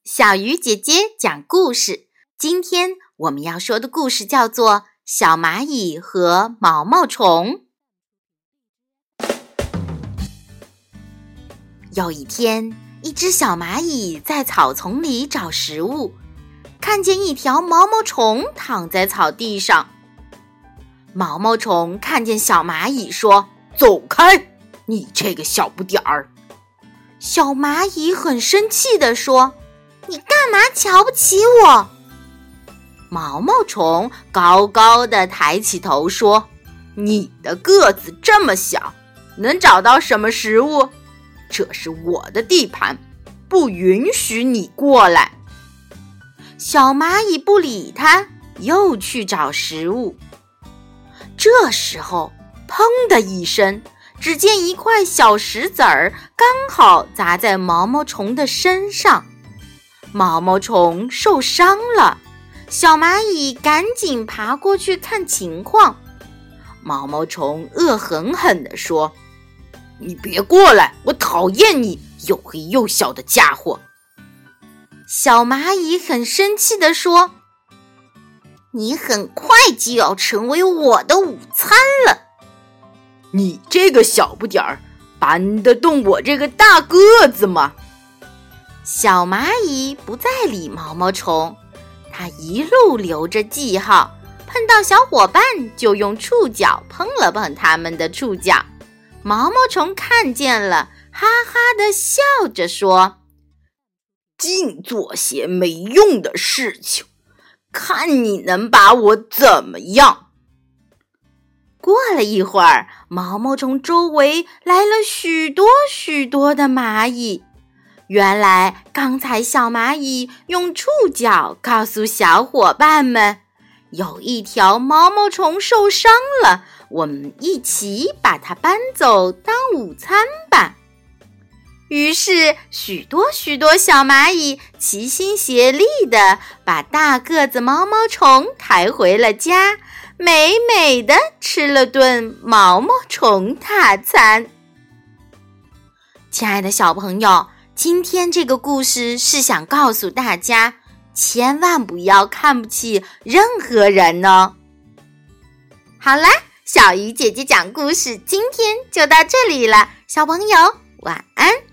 小鱼姐姐讲故事。今天我们要说的故事叫做《小蚂蚁和毛毛虫》。有一天，一只小蚂蚁在草丛里找食物，看见一条毛毛虫躺在草地上。毛毛虫看见小蚂蚁说：“走开，你这个小不点儿。”小蚂蚁很生气地说：“你干嘛瞧不起我？”毛毛虫高高地抬起头说：“你的个子这么小，能找到什么食物？这是我的地盘，不允许你过来。”小蚂蚁不理它，又去找食物。这时候，砰的一声，只见一块小石子儿刚好砸在毛毛虫的身上。毛毛虫受伤了，小蚂蚁赶紧爬过去看情况。毛毛虫恶狠狠地说：“你别过来，我讨厌你，又黑又小的家伙。”小蚂蚁很生气地说：“你很快就要成为我的午餐了。你这个小不点儿，搬得动我这个大个子吗？”小蚂蚁不再理毛毛虫，它一路留着记号，碰到小伙伴就用触角碰了碰它们的触角。毛毛虫看见了，哈哈地笑着说：“净做些没用的事情，看你能把我怎么样。”过了一会儿，毛毛虫周围来了许多许多的蚂蚁。原来刚才小蚂蚁用触角告诉小伙伴们，有一条毛毛虫受伤了，我们一起把它搬走当午餐吧。于是许多许多小蚂蚁齐心协力地把大个子毛毛虫抬回了家，美美地吃了顿毛毛虫大餐。亲爱的小朋友，今天这个故事是想告诉大家，千万不要看不起任何人哦。好啦，小鱼姐姐讲故事今天就到这里了，小朋友晚安。